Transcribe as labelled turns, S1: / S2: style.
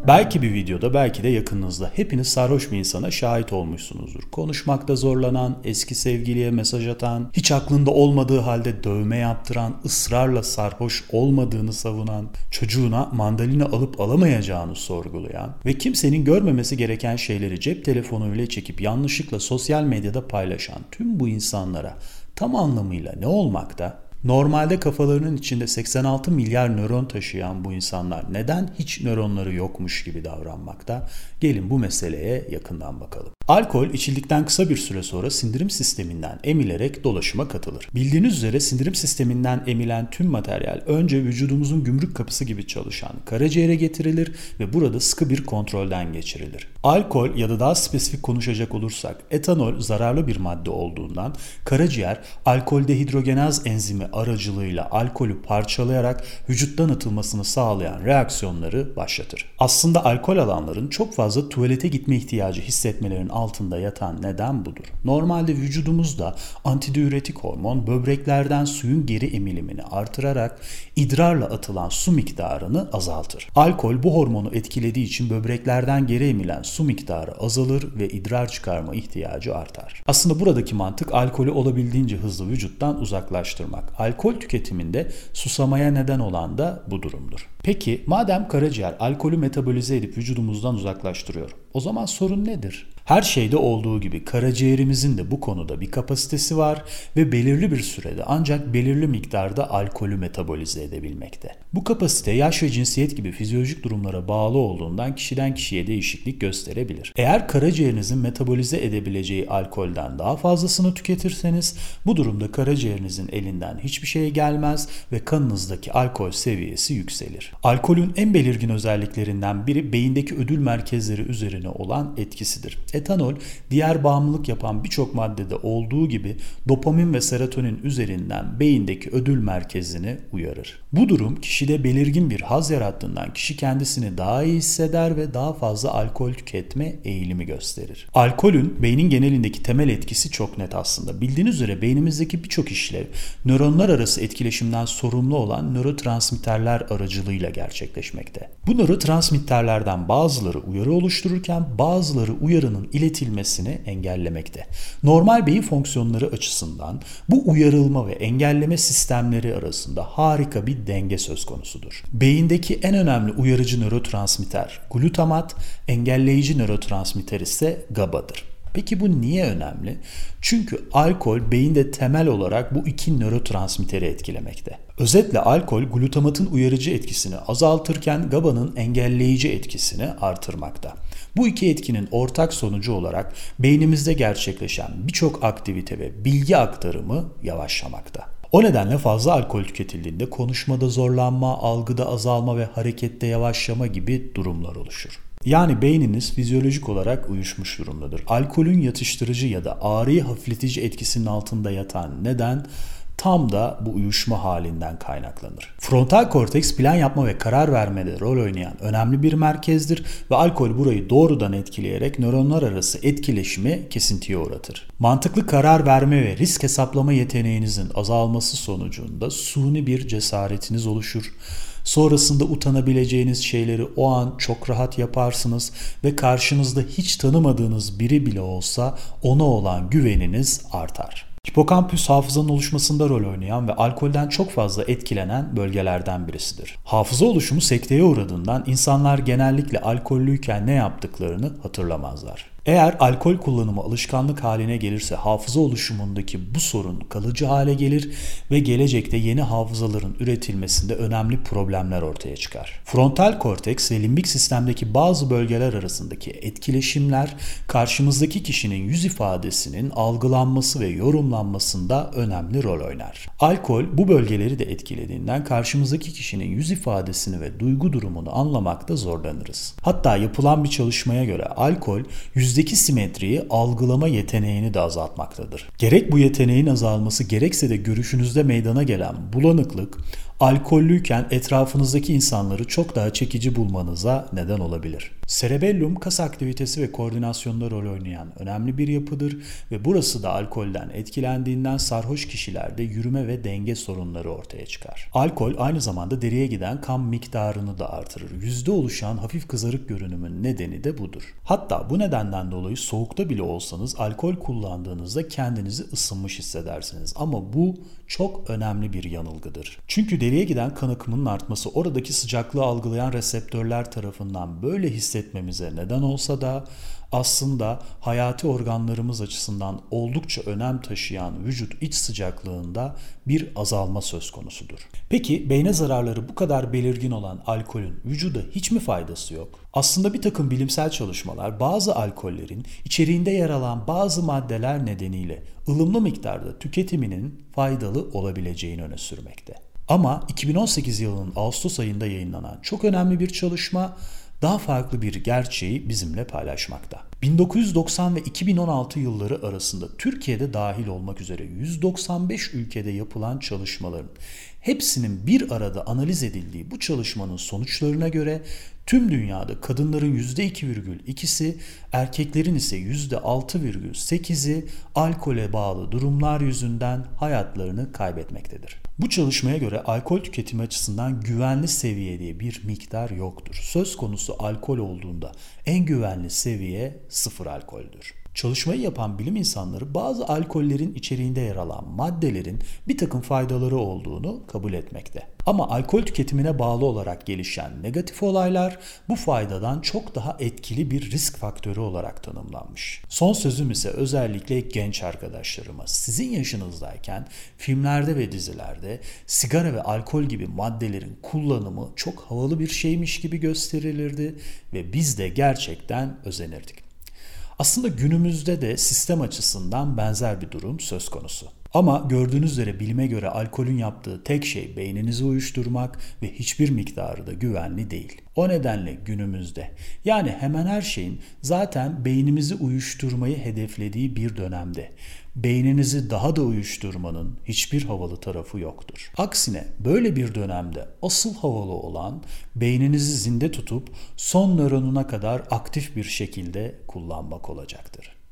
S1: Belki bir videoda, belki de yakınınızda hepiniz sarhoş bir insana şahit olmuşsunuzdur. Konuşmakta zorlanan, eski sevgiliye mesaj atan, hiç aklında olmadığı halde dövme yaptıran, ısrarla sarhoş olmadığını savunan, çocuğuna mandalina alıp alamayacağını sorgulayan ve kimsenin görmemesi gereken şeyleri cep telefonuyla çekip yanlışlıkla sosyal medyada paylaşan tüm bu insanlara tam anlamıyla ne olmakta? Normalde kafalarının içinde 86 milyar nöron taşıyan bu insanlar neden hiç nöronları yokmuş gibi davranmakta? Gelin bu meseleye yakından bakalım. Alkol içildikten kısa bir süre sonra sindirim sisteminden emilerek dolaşıma katılır. Bildiğiniz üzere sindirim sisteminden emilen tüm materyal önce vücudumuzun gümrük kapısı gibi çalışan karaciğere getirilir ve burada sıkı bir kontrolden geçirilir. Alkol ya da daha spesifik konuşacak olursak etanol zararlı bir madde olduğundan karaciğer alkol dehidrogenaz enzimi aracılığıyla alkolü parçalayarak vücuttan atılmasını sağlayan reaksiyonları başlatır. Aslında alkol alanların çok fazla tuvalete gitme ihtiyacı hissetmelerinin altında yatan neden budur. Normalde vücudumuzda antidiüretik hormon böbreklerden suyun geri emilimini artırarak idrarla atılan su miktarını azaltır. Alkol bu hormonu etkilediği için böbreklerden geri emilen su miktarı azalır ve idrar çıkarma ihtiyacı artar. Aslında buradaki mantık alkolü olabildiğince hızlı vücuttan uzaklaştırmak. Alkol tüketiminde susamaya neden olan da bu durumdur. Peki madem karaciğer alkolü metabolize edip vücudumuzdan uzaklaştırıyor, o zaman sorun nedir? Her şeyde olduğu gibi karaciğerimizin de bu konuda bir kapasitesi var ve belirli bir sürede ancak belirli miktarda alkolü metabolize edebilmekte. Bu kapasite yaş ve cinsiyet gibi fizyolojik durumlara bağlı olduğundan kişiden kişiye değişiklik gösterebilir. Eğer karaciğerinizin metabolize edebileceği alkolden daha fazlasını tüketirseniz bu durumda karaciğerinizin elinden hiçbir şey gelmez ve kanınızdaki alkol seviyesi yükselir. Alkolün en belirgin özelliklerinden biri beyindeki ödül merkezleri üzerine olan etkisidir. Etanol, diğer bağımlılık yapan birçok maddede olduğu gibi dopamin ve serotonin üzerinden beyindeki ödül merkezini uyarır. Bu durum kişide belirgin bir haz yarattığından kişi kendisini daha iyi hisseder ve daha fazla alkol tüketme eğilimi gösterir. Alkolün beynin genelindeki temel etkisi çok net aslında. Bildiğiniz üzere beynimizdeki birçok işlev nöronlar arası etkileşimden sorumlu olan nörotransmitterler aracılığıyla gerçekleşmekte. Bu nörotransmitterlerden bazıları uyarı oluştururken bazıları uyarının iletilmesini engellemekte. Normal beyin fonksiyonları açısından bu uyarılma ve engelleme sistemleri arasında harika bir denge söz konusudur. Beyindeki en önemli uyarıcı nörotransmitter glutamat, engelleyici nörotransmitter ise GABA'dır. Peki bu niye önemli? Çünkü alkol beyinde temel olarak bu iki nörotransmitteri etkilemekte. Özetle alkol glutamatın uyarıcı etkisini azaltırken GABA'nın engelleyici etkisini artırmakta. Bu iki etkinin ortak sonucu olarak beynimizde gerçekleşen birçok aktivite ve bilgi aktarımı yavaşlamakta. O nedenle fazla alkol tüketildiğinde konuşmada zorlanma, algıda azalma ve harekette yavaşlama gibi durumlar oluşur. Yani beyniniz fizyolojik olarak uyuşmuş durumdadır. Alkolün yatıştırıcı ya da ağrıyı hafifletici etkisinin altında yatan neden tam da bu uyuşma halinden kaynaklanır. Frontal korteks plan yapma ve karar vermede rol oynayan önemli bir merkezdir ve alkol burayı doğrudan etkileyerek nöronlar arası etkileşimi kesintiye uğratır. Mantıklı karar verme ve risk hesaplama yeteneğinizin azalması sonucunda suni bir cesaretiniz oluşur. Sonrasında utanabileceğiniz şeyleri o an çok rahat yaparsınız ve karşınızda hiç tanımadığınız biri bile olsa ona olan güveniniz artar. Hipokampüs hafızanın oluşmasında rol oynayan ve alkolden çok fazla etkilenen bölgelerden birisidir. Hafıza oluşumu sekteye uğradığından insanlar genellikle alkollüyken ne yaptıklarını hatırlamazlar. Eğer alkol kullanımı alışkanlık haline gelirse hafıza oluşumundaki bu sorun kalıcı hale gelir ve gelecekte yeni hafızaların üretilmesinde önemli problemler ortaya çıkar. Frontal korteks ve limbik sistemdeki bazı bölgeler arasındaki etkileşimler karşımızdaki kişinin yüz ifadesinin algılanması ve yorumlanmasında önemli rol oynar. Alkol bu bölgeleri de etkilediğinden karşımızdaki kişinin yüz ifadesini ve duygu durumunu anlamakta zorlanırız. Hatta yapılan bir çalışmaya göre alkol yüzdeki simetriyi algılama yeteneğini de azaltmaktadır. Gerek bu yeteneğin azalması gerekse de görüşünüzde meydana gelen bulanıklık alkollüyken etrafınızdaki insanları çok daha çekici bulmanıza neden olabilir. Cerebellum kas aktivitesi ve koordinasyonda rol oynayan önemli bir yapıdır ve burası da alkolden etkilendiğinden sarhoş kişilerde yürüme ve denge sorunları ortaya çıkar. Alkol aynı zamanda deriye giden kan miktarını da artırır. Yüzde oluşan hafif kızarık görünümün nedeni de budur. Hatta bu nedenden dolayı soğukta bile olsanız alkol kullandığınızda kendinizi ısınmış hissedersiniz. Ama bu çok önemli bir yanılgıdır. Çünkü deriye giden kan akımının artması oradaki sıcaklığı algılayan reseptörler tarafından böyle hissetmemize neden olsa da aslında hayati organlarımız açısından oldukça önem taşıyan vücut iç sıcaklığında bir azalma söz konusudur. Peki beyne zararları bu kadar belirgin olan alkolün vücuda hiç mi faydası yok? Aslında bir takım bilimsel çalışmalar bazı alkollerin içeriğinde yer alan bazı maddeler nedeniyle ılımlı miktarda tüketiminin faydalı olabileceğini öne sürmekte. Ama 2018 yılının Ağustos ayında yayınlanan çok önemli bir çalışma daha farklı bir gerçeği bizimle paylaşmakta. 1990 ve 2016 yılları arasında Türkiye'de dahil olmak üzere 195 ülkede yapılan çalışmaların hepsinin bir arada analiz edildiği bu çalışmanın sonuçlarına göre tüm dünyada kadınların %2,2'si, erkeklerin ise %6,8'i alkole bağlı durumlar yüzünden hayatlarını kaybetmektedir. Bu çalışmaya göre alkol tüketimi açısından güvenli seviye diye bir miktar yoktur. Söz konusu alkol olduğunda en güvenli seviye 0 alkoldür. Çalışmayı yapan bilim insanları bazı alkollerin içeriğinde yer alan maddelerin bir takım faydaları olduğunu kabul etmekte. Ama alkol tüketimine bağlı olarak gelişen negatif olaylar bu faydadan çok daha etkili bir risk faktörü olarak tanımlanmış. Son sözüm ise özellikle genç arkadaşlarıma. Sizin yaşınızdayken filmlerde ve dizilerde sigara ve alkol gibi maddelerin kullanımı çok havalı bir şeymiş gibi gösterilirdi ve biz de gerçekten özenirdik. Aslında günümüzde de sistem açısından benzer bir durum söz konusu. Ama gördüğünüz üzere bilime göre alkolün yaptığı tek şey beyninizi uyuşturmak ve hiçbir miktarı da güvenli değil. O nedenle günümüzde yani hemen her şeyin zaten beynimizi uyuşturmayı hedeflediği bir dönemde beyninizi daha da uyuşturmanın hiçbir havalı tarafı yoktur. Aksine böyle bir dönemde asıl havalı olan beyninizi zinde tutup son nöronuna kadar aktif bir şekilde kullanmak olacaktır.